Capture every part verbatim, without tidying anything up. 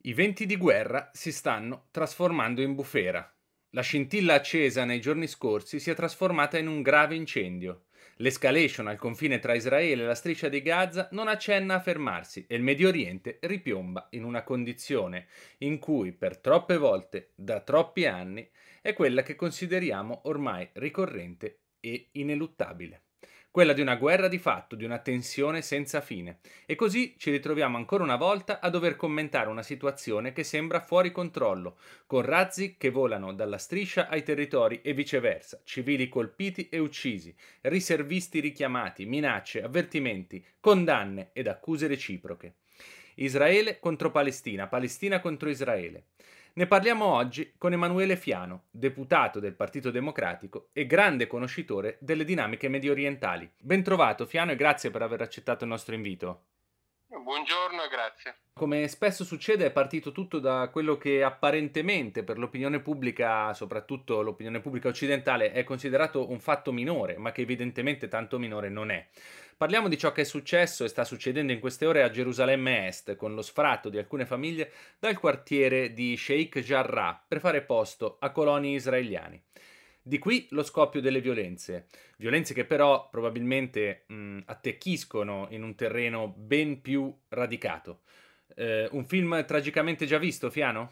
I venti di guerra si stanno trasformando in bufera. La scintilla accesa nei giorni scorsi si è trasformata in un grave incendio. L'escalation al confine tra Israele e la striscia di Gaza non accenna a fermarsi e il Medio Oriente ripiomba in una condizione in cui per troppe volte, da troppi anni, è quella che consideriamo ormai ricorrente e ineluttabile. Quella di una guerra di fatto, di una tensione senza fine. E così ci ritroviamo ancora una volta a dover commentare una situazione che sembra fuori controllo, con razzi che volano dalla striscia ai territori e viceversa, civili colpiti e uccisi, riservisti richiamati, minacce, avvertimenti, condanne ed accuse reciproche. Israele contro Palestina, Palestina contro Israele. Ne parliamo oggi con Emanuele Fiano, deputato del Partito Democratico e grande conoscitore delle dinamiche mediorientali. Ben trovato Fiano e grazie per aver accettato il nostro invito. Buongiorno e grazie. Come spesso succede, è partito tutto da quello che apparentemente per l'opinione pubblica, soprattutto l'opinione pubblica occidentale, è considerato un fatto minore, ma che evidentemente tanto minore non è. Parliamo di ciò che è successo e sta succedendo in queste ore a Gerusalemme Est, con lo sfratto di alcune famiglie dal quartiere di Sheikh Jarrah per fare posto a coloni israeliani. Di qui lo scoppio delle violenze, violenze che però probabilmente mh, attecchiscono in un terreno ben più radicato. Eh, un film tragicamente già visto, Fiano?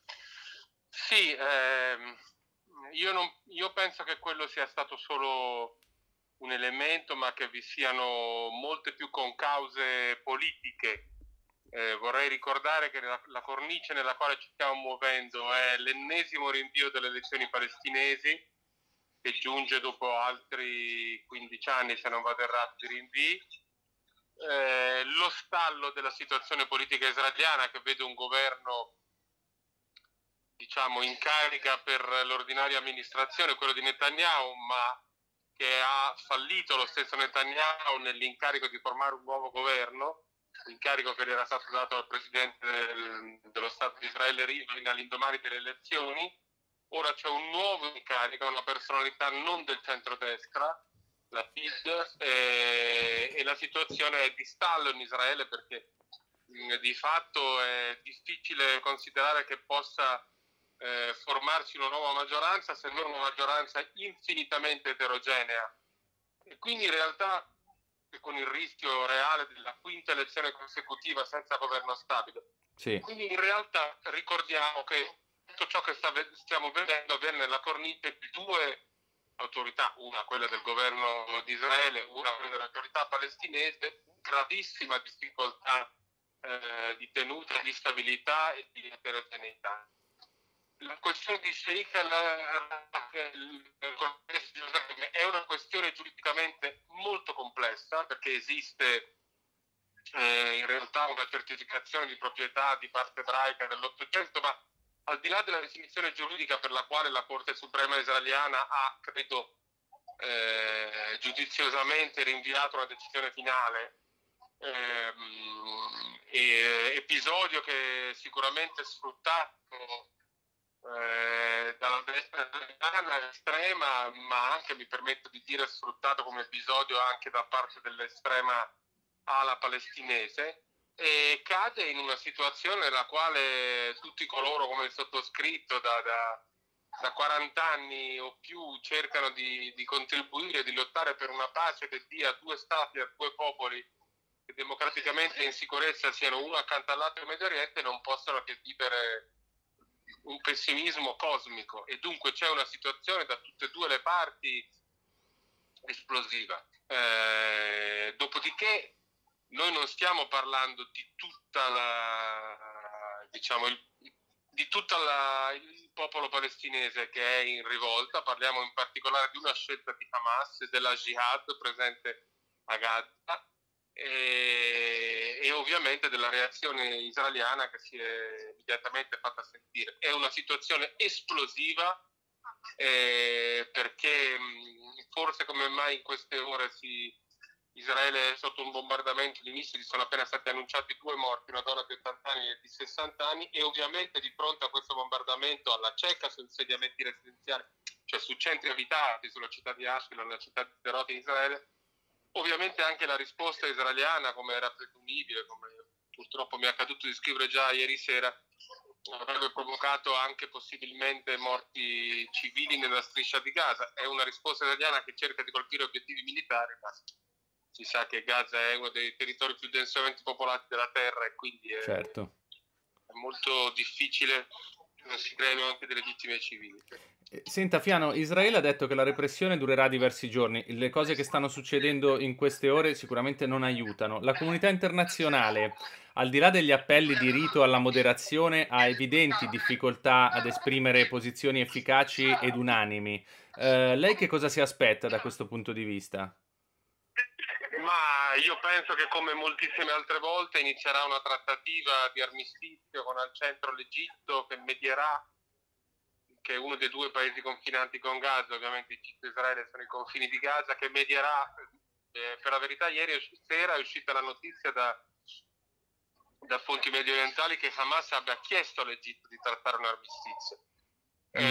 Sì, ehm, io, non, io penso che quello sia stato solo un elemento, ma che vi siano molte più concause politiche. Eh, vorrei ricordare che la, la cornice nella quale ci stiamo muovendo è l'ennesimo rinvio delle elezioni palestinesi, che giunge dopo altri quindici anni, se non vado errato, di rinvii. Eh, lo stallo della situazione politica israeliana, che vede un governo diciamo in carica per l'ordinaria amministrazione, quello di Netanyahu, ma che ha fallito lo stesso Netanyahu nell'incarico di formare un nuovo governo, incarico che gli era stato dato al presidente del, dello Stato di Israele Rivlin all'indomani delle elezioni. Ora c'è un nuovo incarico, una personalità non del centrodestra, la P I D, e, e la situazione è di stallo in Israele, perché mh, di fatto è difficile considerare che possa eh, formarsi una nuova maggioranza, se non una maggioranza infinitamente eterogenea. E quindi in realtà, con il rischio reale della quinta elezione consecutiva senza governo stabile. Sì. Quindi in realtà ricordiamo che tutto ciò che sta, stiamo vedendo avviene nella cornice di due autorità, una quella del governo di Israele, una quella dell'autorità palestinese, gravissima difficoltà eh, di tenuta, di stabilità e di eterogeneità. La questione di Sheikh è una questione giuridicamente molto complessa, perché esiste eh, in realtà una certificazione di proprietà di parte ebraica dell'Ottocento, ma al di là della definizione giuridica per la quale la Corte Suprema israeliana ha, credo, eh, giudiziosamente rinviato una decisione finale, ehm, e, episodio che sicuramente è sfruttato Eh, dalla destra italiana estrema, ma anche, mi permetto di dire, sfruttato come episodio anche da parte dell'estrema ala palestinese, e cade in una situazione nella quale tutti coloro come il sottoscritto da, da, da quaranta anni o più cercano di, di contribuire, di lottare per una pace che dia due stati a due popoli che democraticamente in sicurezza siano uno accanto all'altro in Medio Oriente, non possono che vivere un pessimismo cosmico, e dunque c'è una situazione da tutte e due le parti esplosiva. Eh, dopodiché noi non stiamo parlando di tutta la, diciamo, il, di tutta la, il popolo palestinese che è in rivolta, parliamo in particolare di una scelta di Hamas e della Jihad presente a Gaza, e, e ovviamente della reazione israeliana che si è immediatamente fatta sentire. È una situazione esplosiva, eh, perché mh, forse come mai in queste ore si, Israele è sotto un bombardamento di missili, sono appena stati annunciati due morti, una donna di ottanta anni e di sessanta anni, e ovviamente di fronte a questo bombardamento alla cieca su insediamenti residenziali, cioè su centri abitati, sulla città di Ashkelon, nella città di Sderot in Israele, ovviamente anche la risposta israeliana, come era presumibile, come purtroppo mi è accaduto di scrivere già ieri sera, avrebbe provocato anche possibilmente morti civili nella striscia di Gaza. È una risposta italiana che cerca di colpire obiettivi militari, ma si sa che Gaza è uno dei territori più densamente popolati della terra e quindi è, certo. è molto difficile che non si creino anche delle vittime civili. Senta Fiano, Israele ha detto che la repressione durerà diversi giorni. Le cose che stanno succedendo in queste ore sicuramente non aiutano. La comunità internazionale, al di là degli appelli di rito alla moderazione, ha evidenti difficoltà ad esprimere posizioni efficaci ed unanimi. Eh, lei che cosa si aspetta da questo punto di vista? Ma io penso che come moltissime altre volte inizierà una trattativa di armistizio con al centro l'Egitto, che medierà, che è uno dei due paesi confinanti con Gaza, ovviamente Egitto e Israele sono i confini di Gaza, che medierà. Eh, per la verità ieri sera è uscita la notizia da, da fonti medio orientali che Hamas abbia chiesto all'Egitto di trattare un armistizio. Mm.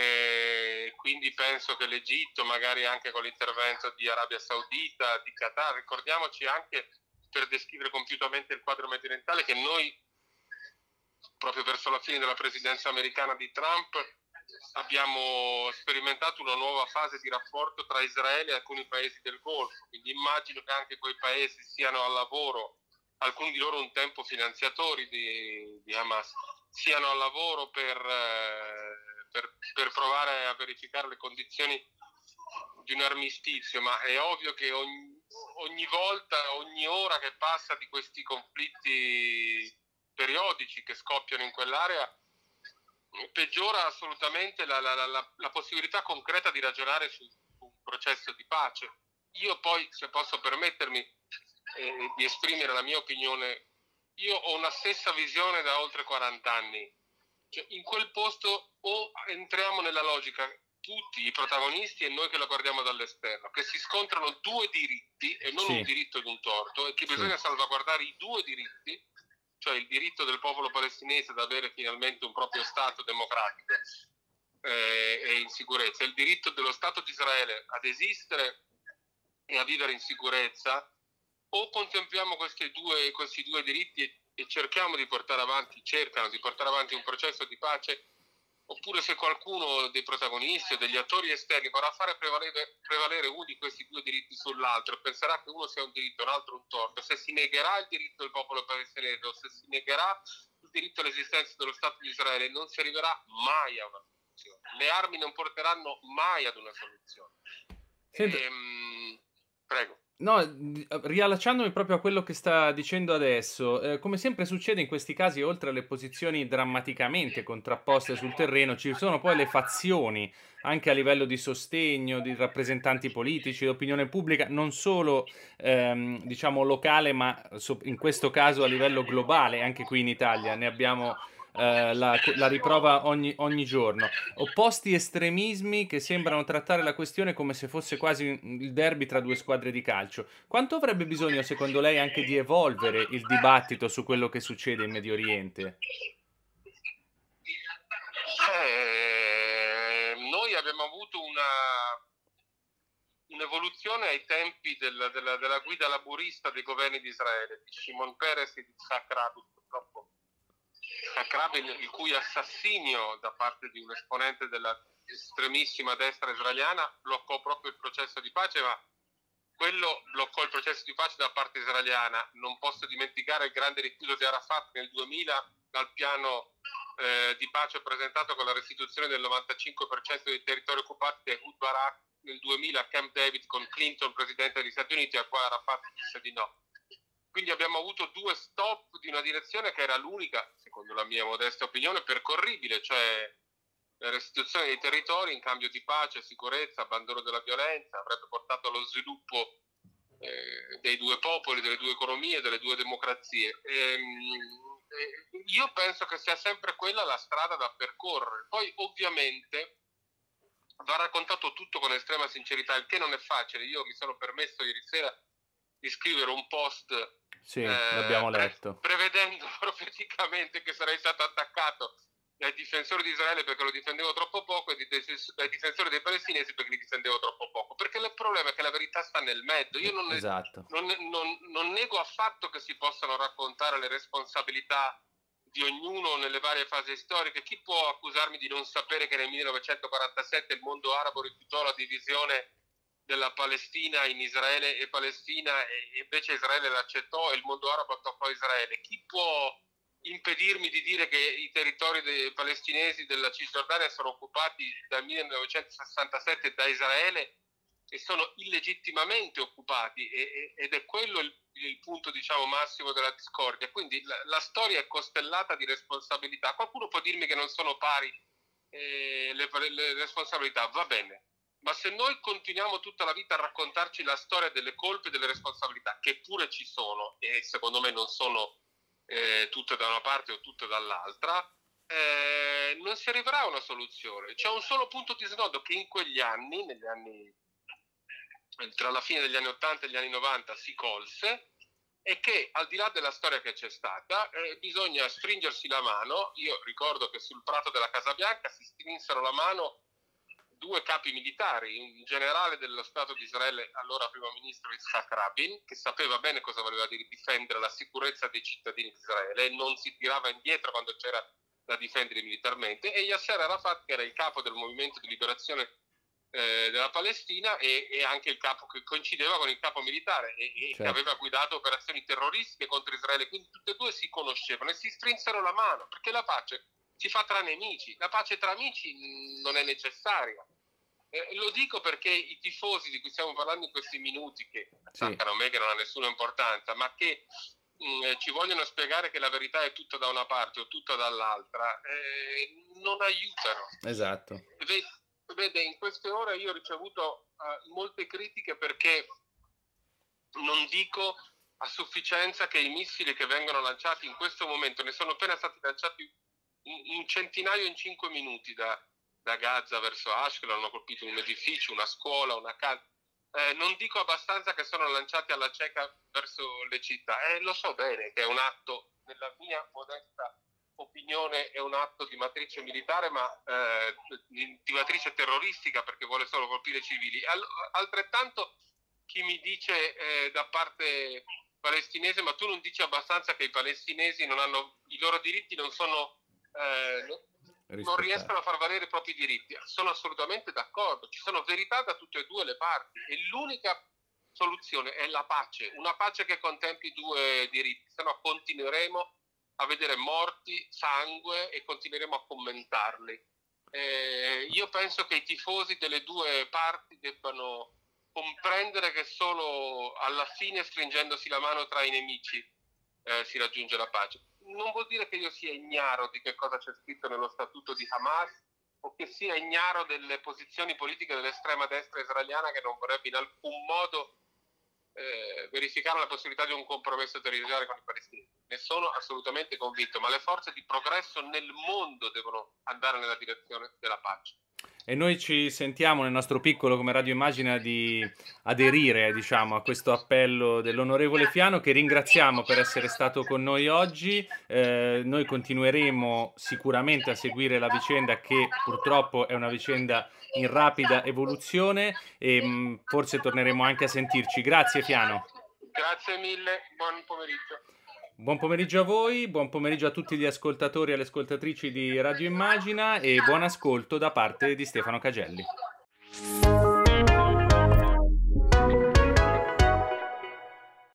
E quindi penso che l'Egitto, magari anche con l'intervento di Arabia Saudita, di Qatar, ricordiamoci anche, per descrivere compiutamente il quadro medio orientale, che noi, proprio verso la fine della presidenza americana di Trump, abbiamo sperimentato una nuova fase di rapporto tra Israele e alcuni paesi del Golfo, quindi immagino che anche quei paesi siano al lavoro, alcuni di loro un tempo finanziatori di, di Hamas, siano al lavoro per, eh, per, per provare a verificare le condizioni di un armistizio, ma è ovvio che ogni, ogni volta, ogni ora che passa di questi conflitti periodici che scoppiano in quell'area peggiora assolutamente la, la, la, la possibilità concreta di ragionare su un processo di pace. Io poi, se posso permettermi eh, di esprimere la mia opinione, io ho una stessa visione da oltre quaranta anni. Cioè, in quel posto o entriamo nella logica tutti i protagonisti e noi che lo guardiamo dall'esterno, che si scontrano due diritti e non sì. un diritto ed un torto, e che sì. bisogna salvaguardare i due diritti, cioè il diritto del popolo palestinese ad avere finalmente un proprio Stato democratico eh, e in sicurezza, il diritto dello Stato di Israele ad esistere e a vivere in sicurezza, o contempliamo questi due, questi due diritti e, e cerchiamo di portare avanti, cercano di portare avanti un processo di pace, oppure se qualcuno dei protagonisti o degli attori esterni vorrà fare prevalere, prevalere uno di questi due diritti sull'altro, penserà che uno sia un diritto e un altro un torto, se si negherà il diritto del popolo palestinese o se si negherà il diritto all'esistenza dello Stato di Israele, non si arriverà mai a una soluzione. Le armi non porteranno mai ad una soluzione. Ehm, prego. No, riallacciandomi proprio a quello che sta dicendo adesso, eh, come sempre succede in questi casi, oltre alle posizioni drammaticamente contrapposte sul terreno, ci sono poi le fazioni, anche a livello di sostegno, di rappresentanti politici, di opinione pubblica, non solo ehm, diciamo locale, ma in questo caso a livello globale, anche qui in Italia ne abbiamo Uh, la, la riprova ogni, ogni giorno. Opposti estremismi che sembrano trattare la questione come se fosse quasi il derby tra due squadre di calcio. Quanto avrebbe bisogno, secondo lei, anche di evolvere il dibattito su quello che succede in Medio Oriente? Eh, noi abbiamo avuto una un'evoluzione ai tempi del, della, della guida laburista dei governi di Israele, di Shimon Peres e di Yitzhak Rabin, purtroppo. Rabin, il cui assassinio da parte di un esponente della estremissima destra israeliana bloccò proprio il processo di pace, ma quello bloccò il processo di pace da parte israeliana. Non posso dimenticare il grande rifiuto di Arafat nel duemila dal piano eh, di pace presentato con la restituzione del novantacinque per cento dei territori occupati da Ehud Barak nel duemila a Camp David con Clinton, presidente degli Stati Uniti, a cui Arafat disse di no. Quindi abbiamo avuto due stop di una direzione che era l'unica, secondo la mia modesta opinione, percorribile, cioè la restituzione dei territori in cambio di pace, sicurezza, abbandono della violenza, avrebbe portato allo sviluppo eh, dei due popoli, delle due economie, delle due democrazie. E, e io penso che sia sempre quella la strada da percorrere. Poi ovviamente va raccontato tutto con estrema sincerità, il che non è facile. Io mi sono permesso ieri sera di scrivere un post sì, eh, l'abbiamo letto. Pre- prevedendo profeticamente che sarei stato attaccato dai difensori di Israele perché lo difendevo troppo poco e dai difensori dei palestinesi perché li difendevo troppo poco, perché il problema è che la verità sta nel mezzo. Io non, esatto. non, non, non nego affatto che si possano raccontare le responsabilità di ognuno nelle varie fasi storiche. Chi può accusarmi di non sapere che nel millenovecentoquarantasette il mondo arabo rifiutò la divisione della Palestina in Israele e Palestina e invece Israele l'accettò e il mondo arabo attaccò Israele? Chi può impedirmi di dire che i territori dei palestinesi della Cisgiordania sono occupati dal millenovecentosessantasette da Israele e sono illegittimamente occupati e, ed è quello il, il punto, diciamo, massimo della discordia. Quindi la, la storia è costellata di responsabilità. Qualcuno può dirmi che non sono pari eh, le, le responsabilità, va bene, ma se noi continuiamo tutta la vita a raccontarci la storia delle colpe e delle responsabilità, che pure ci sono e secondo me non sono Eh, tutte da una parte o tutte dall'altra, eh, non si arriverà a una soluzione. C'è un solo punto di snodo che in quegli anni, negli anni tra la fine degli anni ottanta e gli anni novanta, si colse, e che al di là della storia che c'è stata eh, bisogna stringersi la mano. Io ricordo che sul prato della Casa Bianca si strinsero la mano due capi militari, un generale dello Stato di Israele, allora primo ministro Yitzhak Rabin, che sapeva bene cosa voleva dire difendere la sicurezza dei cittadini di Israele e non si tirava indietro quando c'era da difendere militarmente, e Yasser Arafat, che era il capo del movimento di liberazione eh, della Palestina e, e anche il capo che coincideva con il capo militare e, e certo. che aveva guidato operazioni terroristiche contro Israele, quindi tutte e due si conoscevano e si strinsero la mano, perché la pace si fa tra nemici, la pace tra amici non è necessaria. Eh, lo dico perché i tifosi di cui stiamo parlando in questi minuti, che attaccano sì. me, che non ha nessuna importanza, ma che mh, ci vogliono spiegare che la verità è tutta da una parte o tutta dall'altra, eh, non aiutano. Esatto. Vede, vede, in queste ore io ho ricevuto uh, molte critiche perché non dico a sufficienza che i missili che vengono lanciati in questo momento, ne sono appena stati lanciati un centinaio in cinque minuti da, da Gaza verso Ashkelon, hanno colpito un edificio, una scuola, una casa. Eh, non dico abbastanza che sono lanciati alla cieca verso le città. Eh, lo so bene che è un atto, nella mia modesta opinione, è un atto di matrice militare, ma eh, di, di matrice terroristica, perché vuole solo colpire i civili. All- altrettanto chi mi dice eh, da parte palestinese, ma tu non dici abbastanza che i palestinesi non hanno, i loro diritti non sono Eh, non riescono a far valere i propri diritti. Sono assolutamente d'accordo, ci sono verità da tutte e due le parti e l'unica soluzione è la pace, una pace che contempli i due diritti, se no continueremo a vedere morti, sangue e continueremo a commentarli. Eh, io penso che i tifosi delle due parti debbano comprendere che solo alla fine, stringendosi la mano tra i nemici, eh, si raggiunge la pace. Non vuol dire che io sia ignaro di che cosa c'è scritto nello statuto di Hamas o che sia ignaro delle posizioni politiche dell'estrema destra israeliana, che non vorrebbe in alcun modo eh, verificare la possibilità di un compromesso territoriale con i palestinesi. Ne sono assolutamente convinto, ma le forze di progresso nel mondo devono andare nella direzione della pace. E noi ci sentiamo nel nostro piccolo come Radio Immagina di aderire, diciamo, a questo appello dell'onorevole Fiano, che ringraziamo per essere stato con noi oggi. Eh, noi continueremo sicuramente a seguire la vicenda, che purtroppo è una vicenda in rapida evoluzione, e mh, forse torneremo anche a sentirci. Grazie Fiano. Grazie mille, buon pomeriggio. Buon pomeriggio a voi, buon pomeriggio a tutti gli ascoltatori e le ascoltatrici di Radio Immagina e buon ascolto da parte di Stefano Cagelli.